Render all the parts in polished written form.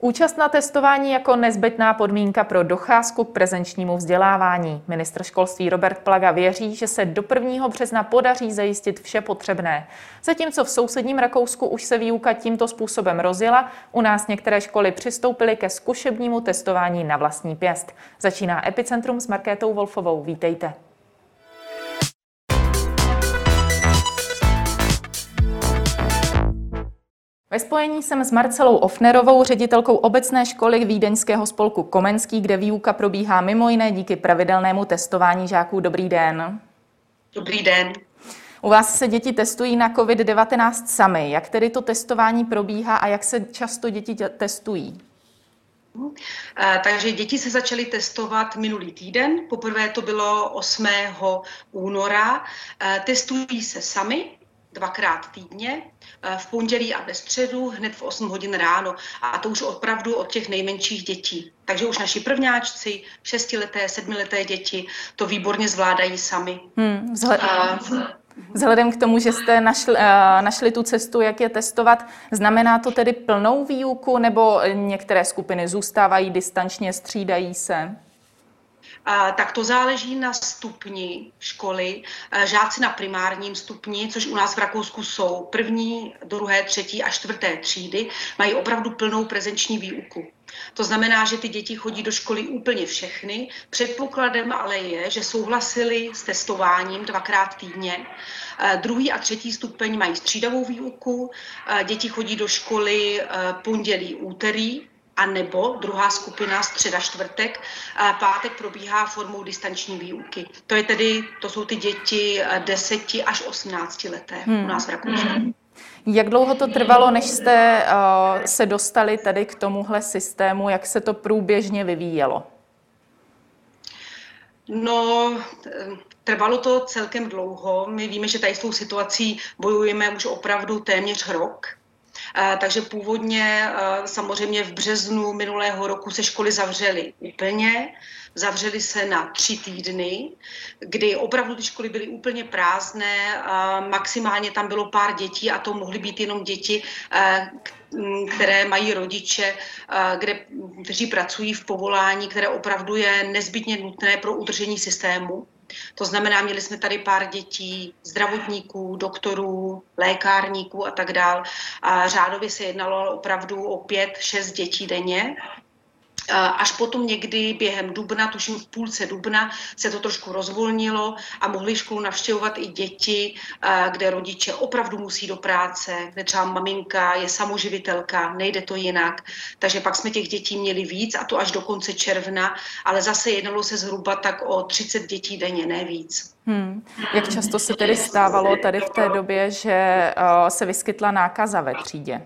Účast na testování jako nezbytná podmínka pro docházku k prezenčnímu vzdělávání. Ministr školství Robert Plaga věří, že se do 1. března podaří zajistit vše potřebné. Zatímco v sousedním Rakousku už se výuka tímto způsobem rozjela, u nás některé školy přistoupily ke zkušebnímu testování na vlastní pěst. Začíná Epicentrum s Markétou Wolfovou. Vítejte. Ve spojení jsem s Marcelou Ofnerovou, ředitelkou obecné školy vídeňského spolku Komenský, kde výuka probíhá mimo jiné díky pravidelnému testování žáků. Dobrý den. Dobrý den. U vás se děti testují na COVID-19 sami. Jak tedy to testování probíhá a jak se často děti testují? Takže děti se začaly testovat minulý týden. Poprvé to bylo 8. února. Testují se sami 2krát týdně, v pondělí a ve středu, hned v 8 hodin ráno. A to už opravdu od těch nejmenších dětí. Takže už naši prvňáčci, 6leté, 7leté děti to výborně zvládají sami. Vzhledem k tomu, že jste našli tu cestu, jak je testovat, znamená to tedy plnou výuku, nebo některé skupiny zůstávají distančně, střídají se? Tak to záleží na stupni školy. Žáci na primárním stupni, což u nás v Rakousku jsou 1., 2., 3. a 4. třídy, mají opravdu plnou prezenční výuku. To znamená, že ty děti chodí do školy úplně všechny. Předpokladem ale je, že souhlasili s testováním 2krát týdně. 2. a 3. stupeň mají střídavou výuku. Děti chodí do školy pondělí, úterý, a nebo druhá skupina středa, čtvrtek, pátek probíhá formou distanční výuky. To jsou ty děti 10 až 18 leté u nás v Rakousku. Jak dlouho to trvalo, než jste se dostali tady k tomuhle systému, jak se to průběžně vyvíjelo? No, trvalo to celkem dlouho. My víme, že tady s tou situací bojujeme už opravdu téměř rok. Takže původně samozřejmě v březnu minulého roku se školy zavřely úplně. Zavřely se na 3 týdny, kdy opravdu ty školy byly úplně prázdné. Maximálně tam bylo pár dětí a to mohly být jenom děti, které mají rodiče, kteří pracují v povolání, které opravdu je nezbytně nutné pro udržení systému. To znamená, měli jsme tady pár dětí, zdravotníků, doktorů, lékárníků a tak dál. A řádově se jednalo opravdu o 5-6 dětí denně. Až potom někdy během dubna, tuším v půlce dubna, se to trošku rozvolnilo a mohly školu navštěvovat i děti, kde rodiče opravdu musí do práce, kde třeba maminka je samoživitelka, nejde to jinak. Takže pak jsme těch dětí měli víc a to až do konce června, ale zase jednalo se zhruba tak o 30 dětí denně, ne víc. Jak často se tedy stávalo tady v té době, že se vyskytla nákaza ve třídě?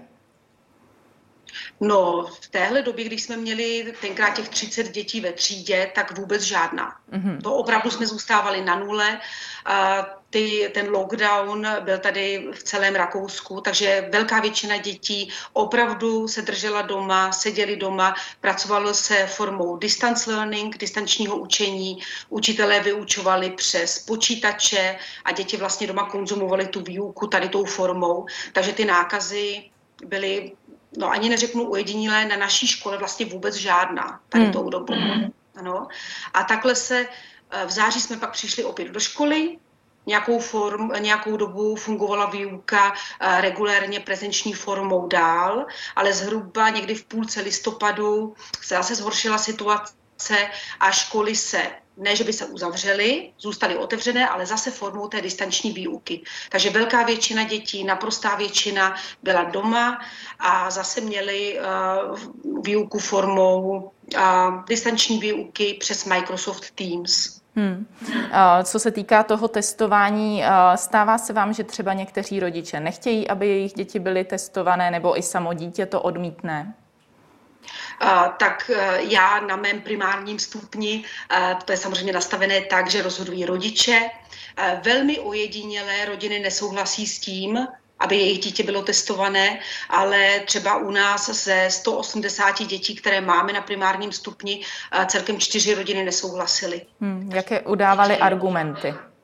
No, v téhle době, když jsme měli tenkrát těch 30 dětí ve třídě, tak vůbec žádná. To opravdu jsme zůstávali na nule. Ten lockdown byl tady v celém Rakousku, takže velká většina dětí opravdu se držela doma, seděli doma, pracovalo se formou distance learning, distančního učení. Učitelé vyučovali přes počítače a děti vlastně doma konzumovali tu výuku tady tou formou. Takže ty nákazy byly, no ani neřeknu ojedinělé, na naší škole vlastně vůbec žádná tady tou dobu. Ano. A takhle v září jsme pak přišli opět do školy, nějakou dobu fungovala výuka regulérně prezenční formou dál, ale zhruba někdy v půlce listopadu se zase zhoršila situace a školy ne, že by se uzavřely, zůstaly otevřené, ale zase formou té distanční výuky. Takže velká většina dětí, naprostá většina byla doma a zase měli výuku formou distanční výuky přes Microsoft Teams. Co se týká toho testování, stává se vám, že třeba někteří rodiče nechtějí, aby jejich děti byly testované, nebo i samo dítě to odmítne? Tak já na mém primárním stupni, to je samozřejmě nastavené tak, že rozhodují rodiče. Velmi ojedinělé rodiny nesouhlasí s tím, aby jejich dítě bylo testované, ale třeba u nás ze 180 dětí, které máme na primárním stupni, celkem 4 rodiny nesouhlasily. Jaké udávaly argumenty?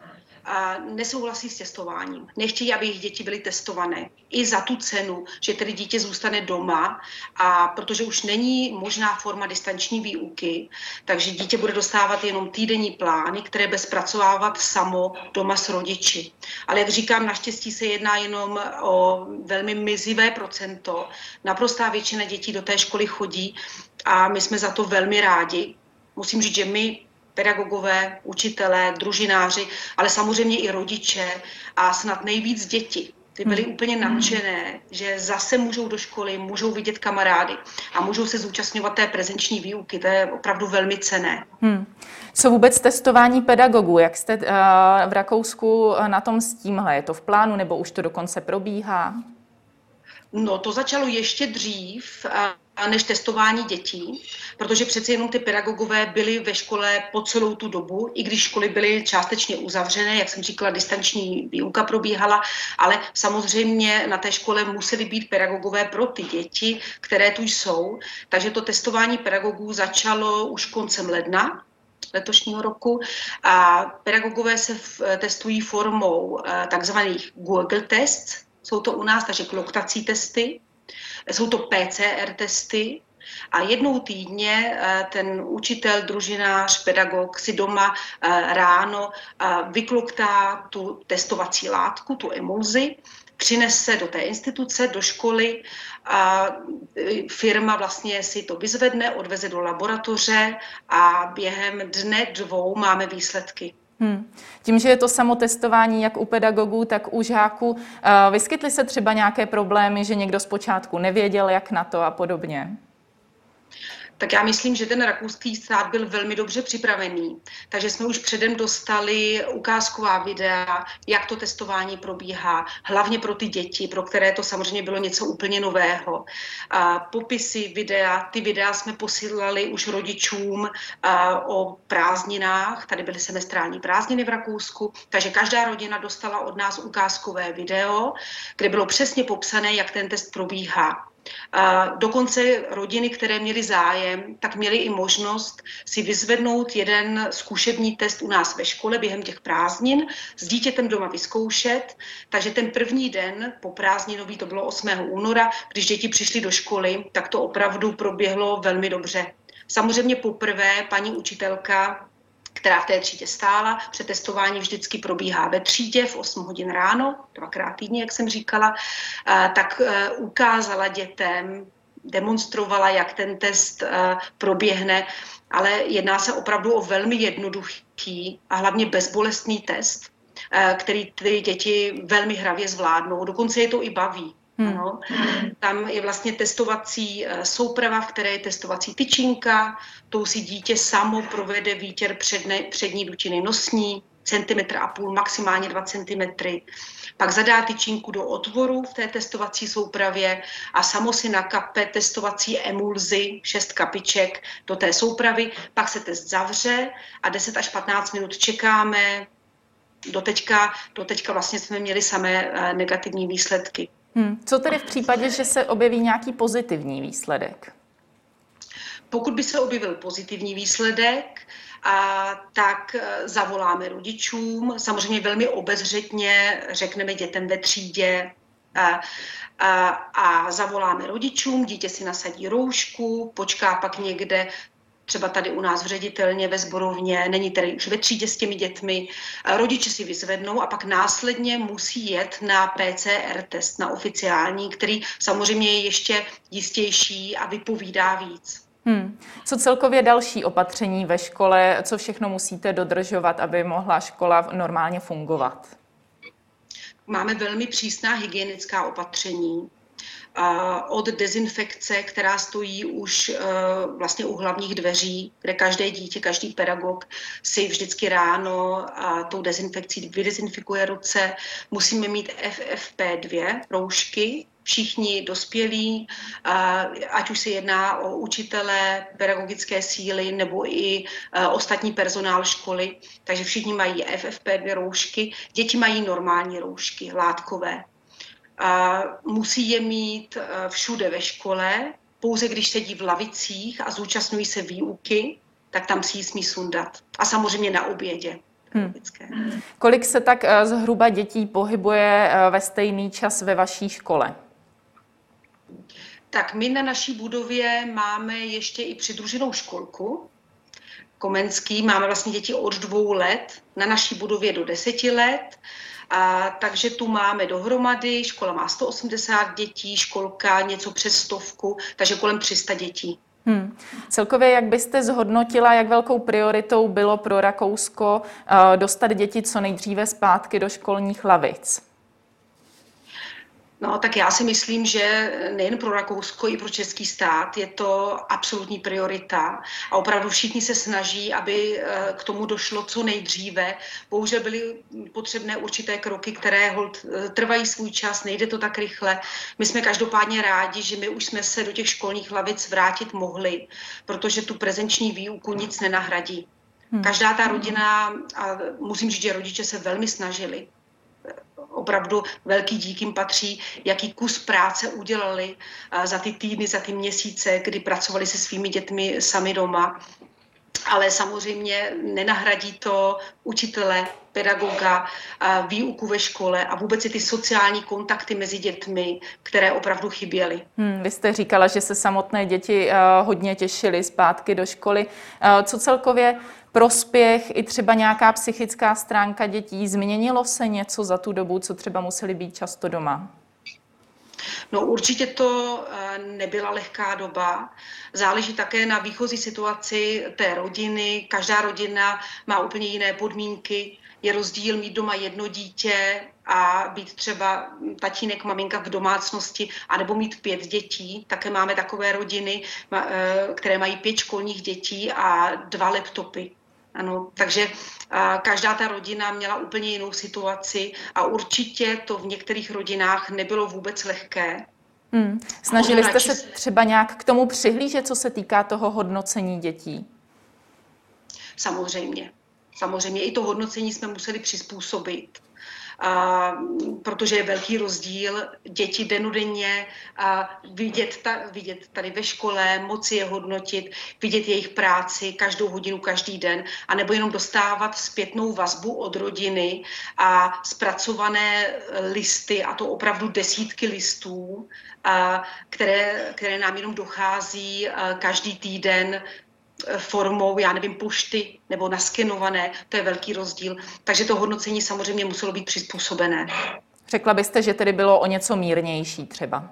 nesouhlasí s testováním. Nechtějí, aby jejich děti byly testované. I za tu cenu, že tedy dítě zůstane doma, a protože už není možná forma distanční výuky, takže dítě bude dostávat jenom týdenní plány, které bude zpracovávat samo doma s rodiči. Ale jak říkám, naštěstí se jedná jenom o velmi mizivé procento. Naprostá většina dětí do té školy chodí a my jsme za to velmi rádi. Musím říct, že my, pedagogové, učitelé, družináři, ale samozřejmě i rodiče a snad nejvíc děti, ty byly úplně nadšené, že zase můžou do školy, můžou vidět kamarády a můžou se zúčastňovat té prezenční výuky. To je opravdu velmi cenné. Co vůbec testování pedagogů? Jak jste v Rakousku na tom s tímhle? Je to v plánu nebo už to dokonce probíhá? No, to začalo ještě dřív než testování dětí, protože přeci jenom ty pedagogové byli ve škole po celou tu dobu, i když školy byly částečně uzavřené, jak jsem říkala, distanční výuka probíhala, ale samozřejmě na té škole museli být pedagogové pro ty děti, které tu jsou. Takže to testování pedagogů začalo už koncem ledna letošního roku a pedagogové se testují formou takzvaných Google Tests. Jsou to u nás takže kloktací testy, jsou to PCR testy a jednou týdně ten učitel, družinář, pedagog si doma ráno vykloktá tu testovací látku, tu emulzi, přinese do té instituce, do školy a firma vlastně si to vyzvedne, odveze do laboratoře a během dne, dvou máme výsledky. Tím, že je to samotestování jak u pedagogů, tak u žáků, vyskytly se třeba nějaké problémy, že někdo zpočátku nevěděl, jak na to a podobně? Tak já myslím, že ten rakouský stát byl velmi dobře připravený. Takže jsme už předem dostali ukázková videa, jak to testování probíhá, hlavně pro ty děti, pro které to samozřejmě bylo něco úplně nového. Popisy videa, ty videa jsme posílali už rodičům o prázdninách, tady byly semestrální prázdniny v Rakousku, takže každá rodina dostala od nás ukázkové video, kde bylo přesně popsané, jak ten test probíhá. Dokonce rodiny, které měly zájem, tak měly i možnost si vyzvednout jeden zkušební test u nás ve škole během těch prázdnin, s dítětem doma vyzkoušet. Takže ten první den po prázdninový, to bylo 8. února, když děti přišly do školy, tak to opravdu proběhlo velmi dobře. Samozřejmě poprvé paní učitelka, která v té třídě stála, přetestování vždycky probíhá ve třídě v 8 hodin ráno, 2krát týdně, jak jsem říkala, tak ukázala dětem, demonstrovala, jak ten test proběhne, ale jedná se opravdu o velmi jednoduchý a hlavně bezbolestný test, který ty děti velmi hravě zvládnou. Dokonce je to i baví. Ano. Tam je vlastně testovací souprava, v které je testovací tyčinka, tou si dítě samo provede výtěr přední dutiny nosní, 1,5 cm, maximálně 2 cm. Pak zadá tyčinku do otvoru v té testovací soupravě a samo si nakape testovací emulzi, 6 kapiček do té soupravy, pak se test zavře a 10 až 15 minut čekáme. Doteďka vlastně jsme měli samé negativní výsledky. Co tedy v případě, že se objeví nějaký pozitivní výsledek? Pokud by se objevil pozitivní výsledek, tak zavoláme rodičům, samozřejmě velmi obezřetně řekneme dětem ve třídě a zavoláme rodičům, dítě si nasadí roušku, počká pak někde, třeba tady u nás v ředitelně, ve sborovně, není tedy už ve třídě s těmi dětmi. Rodiče si vyzvednou a pak následně musí jet na PCR test, na oficiální, který samozřejmě je ještě jistější a vypovídá víc. Co celkově další opatření ve škole, co všechno musíte dodržovat, aby mohla škola normálně fungovat? Máme velmi přísná hygienická opatření. Od dezinfekce, která stojí už vlastně u hlavních dveří, kde každé dítě, každý pedagog si vždycky ráno tou dezinfekcí vydezinfikuje ruce. Musíme mít FFP2 roušky, všichni dospělí, ať už se jedná o učitele, pedagogické síly nebo i ostatní personál školy, takže všichni mají FFP2 roušky, děti mají normální roušky, látkové. Musí je mít všude ve škole, pouze když sedí v lavicích a zúčastňují se výuky, tak tam si ji smí sundat. A samozřejmě na obědě. pedagogické. Kolik se tak zhruba dětí pohybuje ve stejný čas ve vaší škole? Tak my na naší budově máme ještě i přidruženou školku, Komenský, máme vlastně děti od 2 let, na naší budově do 10 let, takže tu máme dohromady, škola má 180 dětí, školka něco přes 100, takže kolem 300 dětí. Celkově, jak byste zhodnotila, jak velkou prioritou bylo pro Rakousko dostat děti co nejdříve zpátky do školních lavic? No, tak já si myslím, že nejen pro Rakousko, i pro český stát je to absolutní priorita a opravdu všichni se snaží, aby k tomu došlo co nejdříve. Bohužel byly potřebné určité kroky, které trvají svůj čas, nejde to tak rychle. My jsme každopádně rádi, že my už jsme se do těch školních lavic vrátit mohli, protože tu prezenční výuku nic nenahradí. Každá ta rodina, a musím říct, že rodiče se velmi snažili, opravdu velký dík jim patří, jaký kus práce udělali za ty týdny, za ty měsíce, kdy pracovali se svými dětmi sami doma. Ale samozřejmě nenahradí to učitele, pedagoga, výuku ve škole a vůbec i ty sociální kontakty mezi dětmi, které opravdu chyběly. Vy jste říkala, že se samotné děti hodně těšily zpátky do školy. Co celkově prospěch i třeba nějaká psychická stránka dětí? Změnilo se něco za tu dobu, co třeba museli být často doma? No určitě to nebyla lehká doba. Záleží také na výchozí situaci té rodiny. Každá rodina má úplně jiné podmínky. Je rozdíl mít doma jedno dítě a být třeba tatínek, maminka v domácnosti, anebo mít 5 dětí. Také máme takové rodiny, které mají 5 školních dětí a 2 laptopy. Ano, takže každá ta rodina měla úplně jinou situaci a určitě to v některých rodinách nebylo vůbec lehké. Snažili jste se třeba nějak k tomu přihlížet, co se týká toho hodnocení dětí? Samozřejmě. Samozřejmě i to hodnocení jsme museli přizpůsobit. Protože je velký rozdíl děti dennodenně vidět tady ve škole, moci je hodnotit, vidět jejich práci každou hodinu, každý den, anebo jenom dostávat zpětnou vazbu od rodiny a zpracované listy, a to opravdu desítky listů, které nám jenom dochází každý týden formou, já nevím, pošty nebo naskenované, to je velký rozdíl. Takže to hodnocení samozřejmě muselo být přizpůsobené. Řekla byste, že tedy bylo o něco mírnější třeba?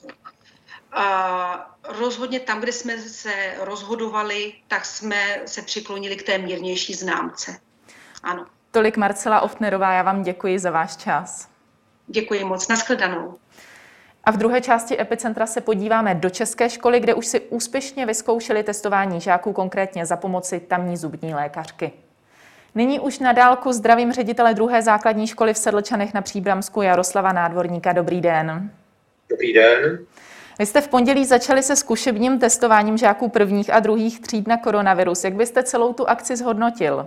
Rozhodně tam, kde jsme se rozhodovali, tak jsme se přiklonili k té mírnější známce. Ano. Tolik Marcela Oftnerová, já vám děkuji za váš čas. Děkuji moc, nashledanou. A v druhé části Epicentra se podíváme do české školy, kde už si úspěšně vyzkoušeli testování žáků, konkrétně za pomoci tamní zubní lékařky. Nyní už na dálku zdravím ředitele 2. základní školy v Sedlčanech na Příbramsku Jaroslava Nádvorníka. Dobrý den. Dobrý den. Vy jste v pondělí začali se zkušebním testováním žáků 1. a 2. tříd na koronavirus. Jak byste celou tu akci zhodnotil?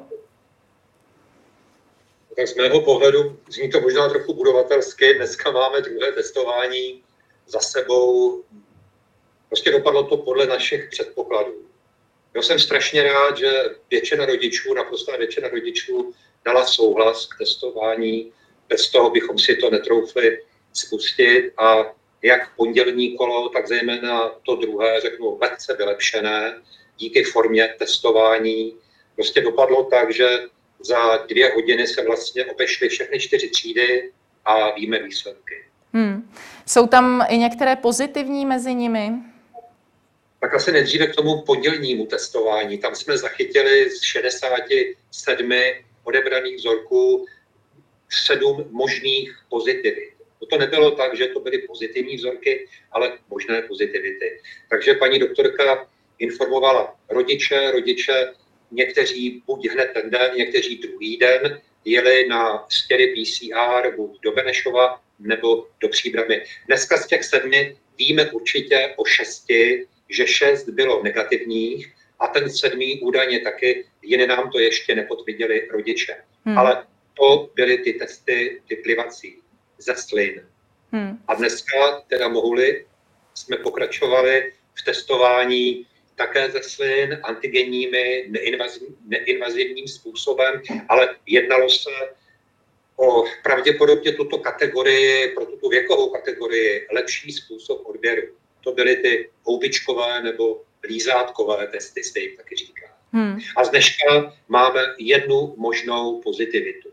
Tak z mého pohledu zní to možná trochu budovatelsky. Dneska máme 2. testování za sebou. Prostě dopadlo to podle našich předpokladů. Já jsem strašně rád, že naprostá většina rodičů dala souhlas k testování. Bez toho bychom si to netroufli spustit. A jak pondělní kolo, tak zejména to druhé, řeknu, lehce vylepšené, díky formě testování. Prostě dopadlo tak, že za 2 hodiny se vlastně obešly všechny 4 třídy a víme výsledky. Jsou tam i některé pozitivní mezi nimi? Tak asi nejdříve k tomu pondělnímu testování. Tam jsme zachytili z 67 odebraných vzorků 7 možných pozitivit. To nebylo tak, že to byly pozitivní vzorky, ale možné pozitivity. Takže paní doktorka informovala rodiče, někteří buď hned ten den, někteří druhý den jeli na stěry PCR buď do Benešova nebo do Příbramy. Dneska z těch 7 víme určitě o 6, že 6 bylo negativních a ten 7 údajně taky, jiné nám to ještě nepotvrdili rodiče. Ale to byly ty testy, ty plivací ze slin. A dneska, teda jsme pokračovali v testování také ze slin antigenními neinvazivním způsobem, ale jednalo se o pravděpodobně tuto kategorii, pro tuto věkovou kategorii, lepší způsob odběru. To byly ty houbičkové nebo lízátkové testy, se jim taky říká. A z dneška máme jednu možnou pozitivitu.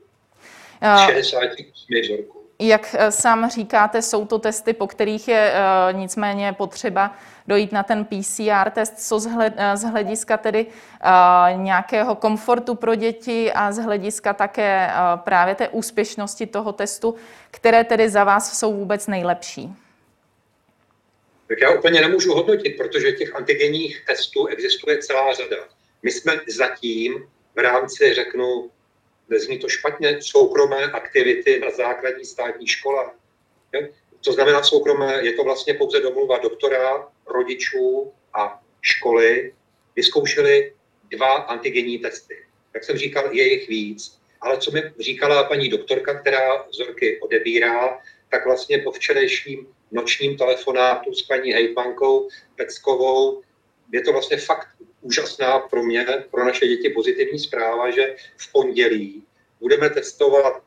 68 vzorků. Jak sám říkáte, jsou to testy, po kterých je nicméně potřeba dojít na ten PCR test, co z hlediska tedy nějakého komfortu pro děti a z hlediska také právě té úspěšnosti toho testu, které tedy za vás jsou vůbec nejlepší? Tak já úplně nemůžu hodnotit, protože těch antigenních testů existuje celá řada. My jsme zatím v rámci, řeknu, nezní to špatně, soukromé aktivity na základní státní škole. To znamená soukromé, je to vlastně pouze domluva doktora, rodičů a školy. Vyzkoušeli 2 antigenní testy. Jak jsem říkal, je jich víc. Ale co mi říkala paní doktorka, která vzorky odebírá, tak vlastně po včerejším nočním telefonátu s paní hejtmankou Peckovou je to vlastně fakt úžasná pro mě, pro naše děti pozitivní zpráva, že v pondělí budeme testovat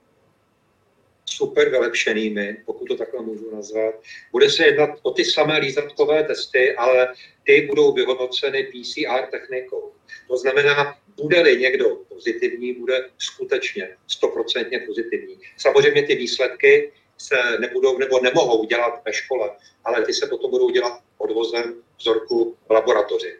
super vylepšenými, pokud to takhle můžu nazvat. Bude se jednat o ty samé lízatkové testy, ale ty budou vyhodnoceny PCR technikou. To znamená, bude-li někdo pozitivní, bude skutečně 100% pozitivní. Samozřejmě ty výsledky se nebudou nebo nemohou dělat ve škole, ale ty se potom budou dělat odvozem vzorku v laboratoři.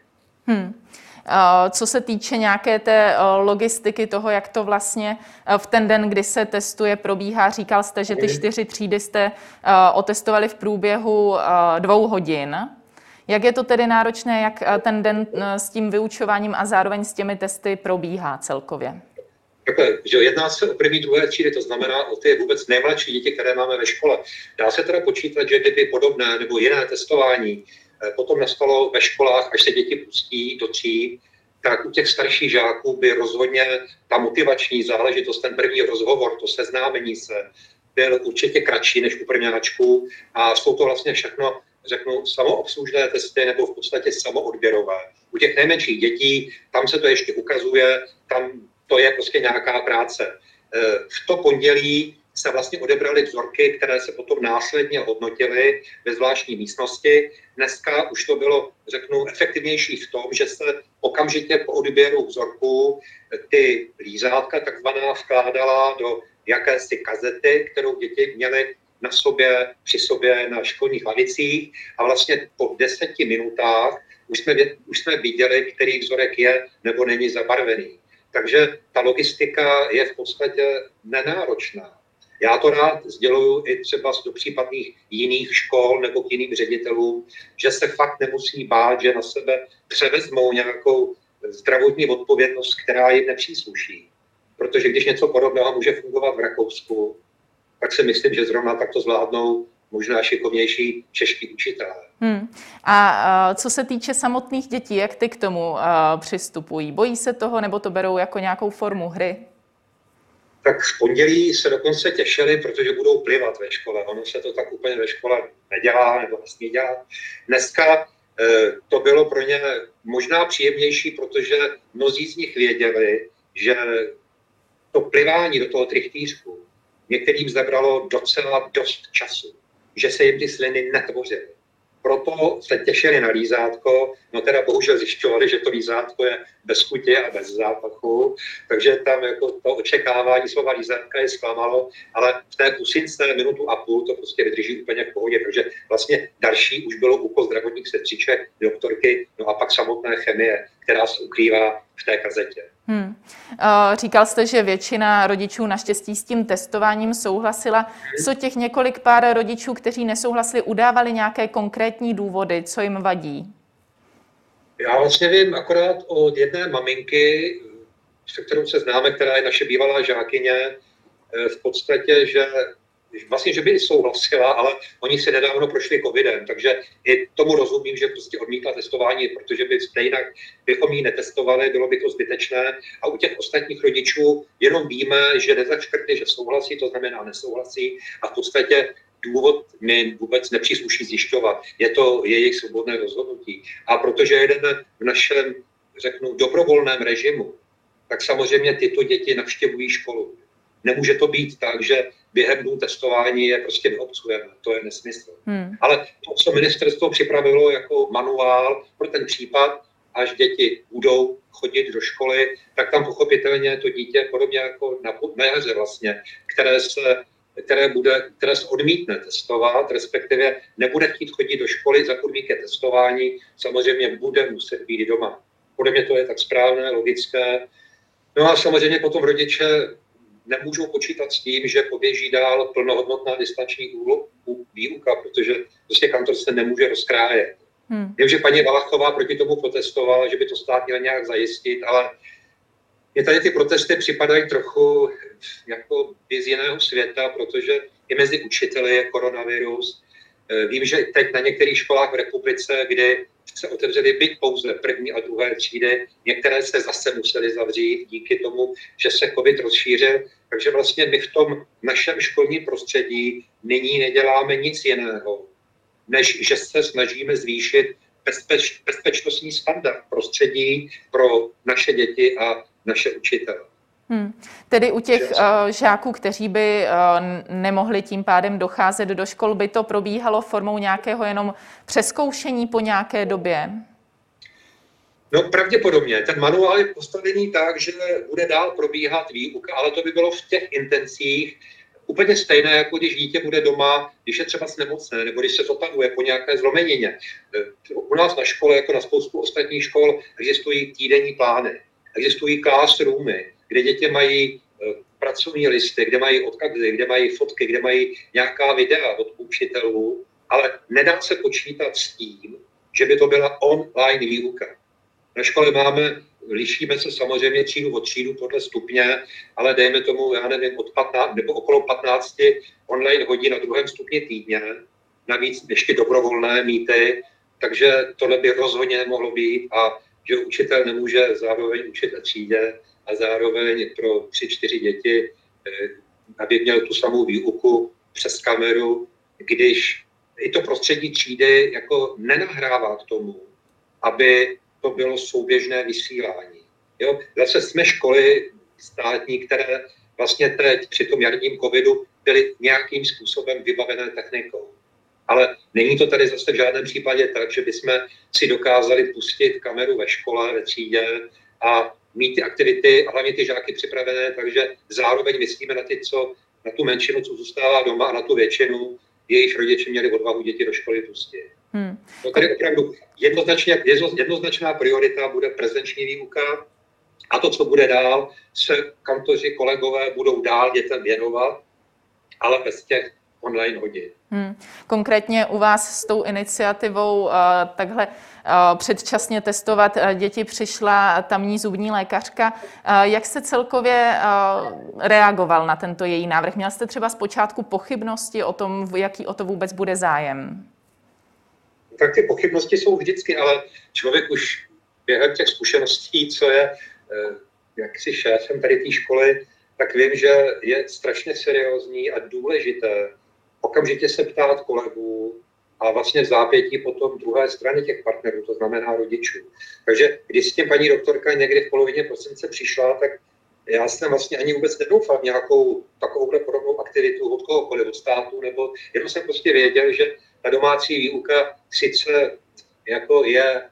Co se týče nějaké té logistiky toho, jak to vlastně v ten den, kdy se testuje, probíhá, říkal jste, že ty 4 třídy jste otestovali v průběhu 2 hodin. Jak je to tedy náročné, jak ten den s tím vyučováním a zároveň s těmi testy probíhá celkově? Takhle, že jedná se o 1., 2. třídy, to znamená o ty vůbec nejmladší děti, které máme ve škole. Dá se teda počítat, že kdyby podobné nebo jiné testování potom nastalo ve školách, až se děti pustí do tříd, tak u těch starších žáků by rozhodně ta motivační záležitost, ten první rozhovor, to seznámení se, byl určitě kratší než u prvňáčků a jsou to vlastně všechno, řeknu, samoobslužné testy nebo v podstatě samoodběrové. U těch nejmenších dětí, tam se to ještě ukazuje, tam to je prostě nějaká práce. V to pondělí se vlastně odebraly vzorky, které se potom následně hodnotily ve zvláštní místnosti. Dneska už to bylo, řeknu, efektivnější v tom, že se okamžitě po odběru vzorku ty lízátka takzvaná vkládala do jakési kazety, kterou děti měly na sobě, při sobě na školních lavicích a vlastně po 10 minutách už jsme viděli, který vzorek je nebo není zabarvený. Takže ta logistika je v podstatě nenáročná. Já to rád sděluju i třeba do případných jiných škol nebo k jiným ředitelům, že se fakt nemusí bát, že na sebe převezmou nějakou zdravotní odpovědnost, která jim nepřísluší. Protože když něco podobného může fungovat v Rakousku, tak si myslím, že zrovna tak to zvládnou možná šikovnější čeští učitelé. A co se týče samotných dětí, jak ty k tomu přistupují? Bojí se toho, nebo to berou jako nějakou formu hry? Tak v pondělí se dokonce těšili, protože budou plivat ve škole. Ono se to tak úplně ve škole nedělá nebo nesmí dělat. Dneska to bylo pro ně možná příjemnější, protože mnozí z nich věděli, že to plivání do toho trichtýřku některým zabralo docela dost času, že se jim ty sliny netvořily. Proto se těšili na lízátko, no teda bohužel zjišťovali, že to lízátko je bez chutě a bez zápachu, takže tam jako to očekávání slova lízátka je zklamalo, ale v té pusince 1,5 minuty to prostě vydrží úplně v pohodě, takže vlastně další už bylo úkol zdravotních sestřiček, doktorky, no a pak samotné chemie, která se ukrývá v té kazetě. Říkal jste, že většina rodičů naštěstí s tím testováním souhlasila. Co těch několik pár rodičů, kteří nesouhlasili, udávali nějaké konkrétní důvody, co jim vadí? Já vlastně vím akorát od jedné maminky, se kterou se známe, která je naše bývalá žákyně, v podstatě, že vlastně, že by i souhlasila, ale oni si nedávno prošli covidem, takže i tomu rozumím, že prostě odmítla testování, protože by stejně bychom ji netestovali, bylo by to zbytečné. A u těch ostatních rodičů jenom víme, že nezačkrtli, že souhlasí, to znamená nesouhlasí a v podstatě důvod mi vůbec nepřísluší zjišťovat. Je to jejich svobodné rozhodnutí. A protože jedeme v našem, řeknu, dobrovolném režimu, tak samozřejmě tyto děti navštěvují školu. Nemůže to být tak, že během dnů testování je prostě vyobcujeme. To je nesmysl. Ale to, co ministerstvo připravilo jako manuál pro ten případ, až děti budou chodit do školy, tak tam pochopitelně to dítě, podobně jako na jaře vlastně, které se odmítne testovat, respektive nebude chtít chodit do školy za podmínky testování, samozřejmě bude muset být doma. Podle mě to je tak správné, logické. No a samozřejmě potom rodiče nemůžou počítat s tím, že poběží dál plnohodnotná distanční výuka, protože prostě kantor se nemůže rozkrájet. Vím, že paní Valachová proti tomu protestovala, že by to stát měl nějak zajistit, ale mě tady ty protesty připadají trochu jako z jiného světa, protože i mezi učiteli je koronavirus. Vím, že teď na některých školách v republice, kdy se otevřely byť pouze první a druhé třídy, některé se zase musely zavřít díky tomu, že se covid rozšířil. Takže vlastně my v tom našem školním prostředí nyní neděláme nic jiného, než že se snažíme zvýšit bezpečnostní standard prostředí pro naše děti a naše učitele. Tedy u těch žáků, kteří by nemohli tím pádem docházet do škol, by to probíhalo formou nějakého jenom přezkoušení po nějaké době? No pravděpodobně. Ten manuál je postavený tak, že bude dál probíhat výuka, ale to by bylo v těch intencích úplně stejné, jako když dítě bude doma, když je třeba nemocné, nebo když se zotavuje po nějaké zlomenině. U nás na škole, jako na spoustu ostatních škol, existují týdenní plány, existují classroomy, kde děti mají pracovní listy, kde mají odkazy, kde mají fotky, kde mají nějaká videa od učitelů, ale nedá se počítat s tím, že by to byla online výuka. Na škole lišíme se samozřejmě třídu od třídu podle stupně, ale dejme tomu, já nevím, od 15 nebo okolo 15 online hodin na druhém stupni týdně, navíc ještě dobrovolné mýty, takže tohle by rozhodně nemohlo být a že učitel nemůže zároveň učit ve třídě a zároveň pro 3-4 děti, aby měl tu samou výuku přes kameru, když i to prostředí třídy jako nenahrává k tomu, aby to bylo souběžné vysílání. Jo? Zase jsme školy státní, které vlastně teď při tom jarním covidu byly nějakým způsobem vybavené technikou. Ale není to tady zase v žádném případě tak, že bychom si dokázali pustit kameru ve škole, ve třídě a mít ty aktivity a hlavně ty žáky připravené, takže zároveň myslíme na tu menšinu, co zůstává doma a na tu většinu, jejich rodiče měli odvahu děti do školy pustit. To tady opravdu jednoznačná priorita bude prezenční výuka a to, co bude dál, se kantoři, kolegové budou dál dětem věnovat, ale bez těch online hodin. Konkrétně u vás s tou iniciativou takhle předčasně testovat děti přišla tamní zubní lékařka. Jak jste celkově reagoval na tento její návrh? Měl jste třeba zpočátku pochybnosti o tom, jaký o to vůbec bude zájem? Tak ty pochybnosti jsou vždycky, ale člověk už během těch zkušeností, co je jaksi šéfem tady té školy, tak vím, že je strašně seriózní a důležité okamžitě se ptát kolegů a vlastně v zápětí potom druhé strany těch partnerů, to znamená rodičů. Takže když s tím paní doktorka někdy v polovině prosince přišla, tak já jsem vlastně ani vůbec nedoufal v nějakou takovouhle podobnou aktivitu od kohokoliv, od státu, nebo jenom jsem prostě věděl, že ta domácí výuka sice jako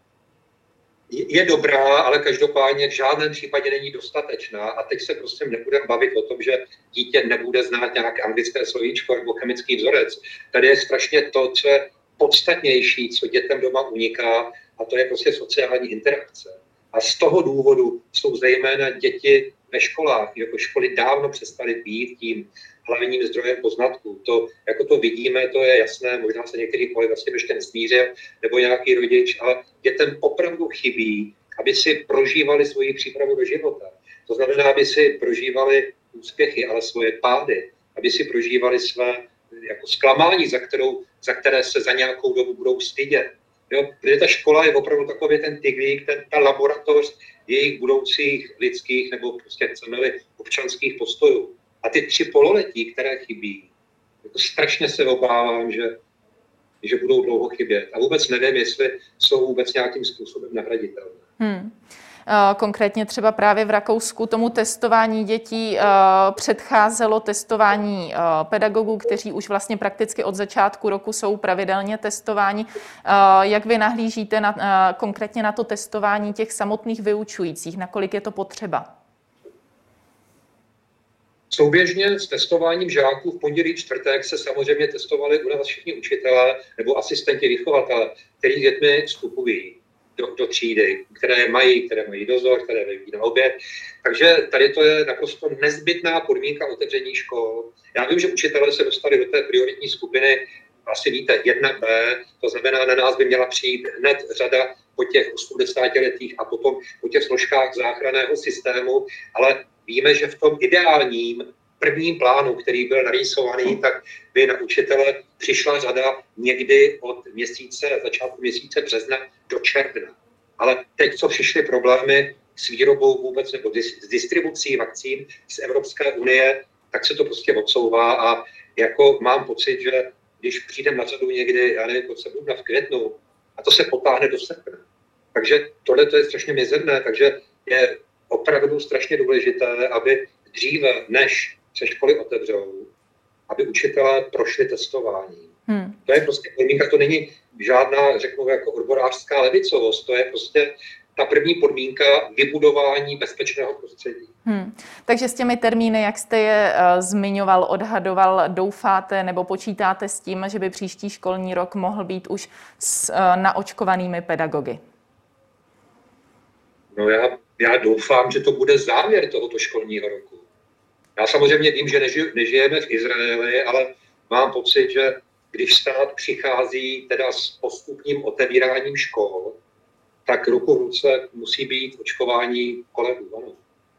je dobrá, ale každopádně v žádném případě není dostatečná. A teď se prostě nebudeme bavit o tom, že dítě nebude znát nějaké anglické slovíčko nebo chemický vzorec. Tady je strašně to, co je podstatnější, co dětem doma uniká, a to je prostě sociální interakce. A z toho důvodu jsou zejména děti ve školách, jako školy dávno přestaly být tím hlavním zdrojem poznatků. To, jako to vidíme, to je jasné, možná se některý kolega s tím ještě nesmířil, nebo nějaký rodič, ale dětem opravdu chybí, aby si prožívali svoji přípravu do života. To znamená, aby si prožívali úspěchy, ale svoje pády, aby si prožívali své jako zklamání, za které se za nějakou dobu budou stydět. Jo? Protože ta škola je opravdu takový ten tyglík, ta laboratoř jejich budoucích lidských nebo prostě chceme-li občanských postojů. A ty 3 pololetí, které chybí, jako strašně se obávám, že budou dlouho chybět. A vůbec nevím, jestli jsou vůbec nějakým způsobem nahraditelné. Konkrétně třeba právě v Rakousku tomu testování dětí předcházelo testování pedagogů, kteří už vlastně prakticky od začátku roku jsou pravidelně testováni. Jak vy nahlížíte konkrétně na to testování těch samotných vyučujících? Nakolik je to potřeba? Souběžně s testováním žáků v pondělí, čtvrtek se samozřejmě testovali u nás všichni učitelé nebo asistenti vychovatele, kteří dětmi vstupují do třídy, které mají dozor, které mají na oběd. Takže tady to je naprosto nezbytná podmínka otevření škol. Já vím, že učitelé se dostali do té prioritní skupiny, asi víte, 1B, to znamená, na nás by měla přijít hned řada po těch 80letých a potom po těch složkách záchranného systému, ale víme, že v tom ideálním prvním plánu, který byl narýsovaný, tak by na učitele přišla řada někdy od začátku měsíce března do června. Ale teď, co přišly problémy s výrobou vůbec nebo s distribucí vakcín z Evropské unie, tak se to prostě odsouvá a jako mám pocit, že když přijdem na řadu někdy, já nevím, od srpna v květnu, a to se potáhne do srpna. Takže tohle to je strašně mizerné, takže je opravdu strašně důležité, aby dříve, než se školy otevřou, aby učitelé prošli testováním. To je prostě podmínka, to není žádná, řeknu, jako odborářská levicovost, to je prostě ta první podmínka vybudování bezpečného prostředí. Takže s těmi termíny, jak jste je zmiňoval, odhadoval, doufáte nebo počítáte s tím, že by příští školní rok mohl být už s naočkovanými pedagogy? No já doufám, že to bude závěr tohoto školního roku. Já samozřejmě vím, že nežijeme v Izraeli, ale mám pocit, že když stát přichází teda s postupným otevíráním škol, tak ruku v ruce musí být očkování kolegů. Ano.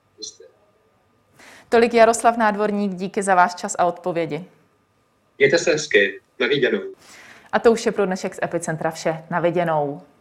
Tolik Jaroslav Nádvorník, díky za váš čas a odpovědi. Mějte se hezky, na viděnou. A to už je pro dnešek z Epicentra vše, na viděnou.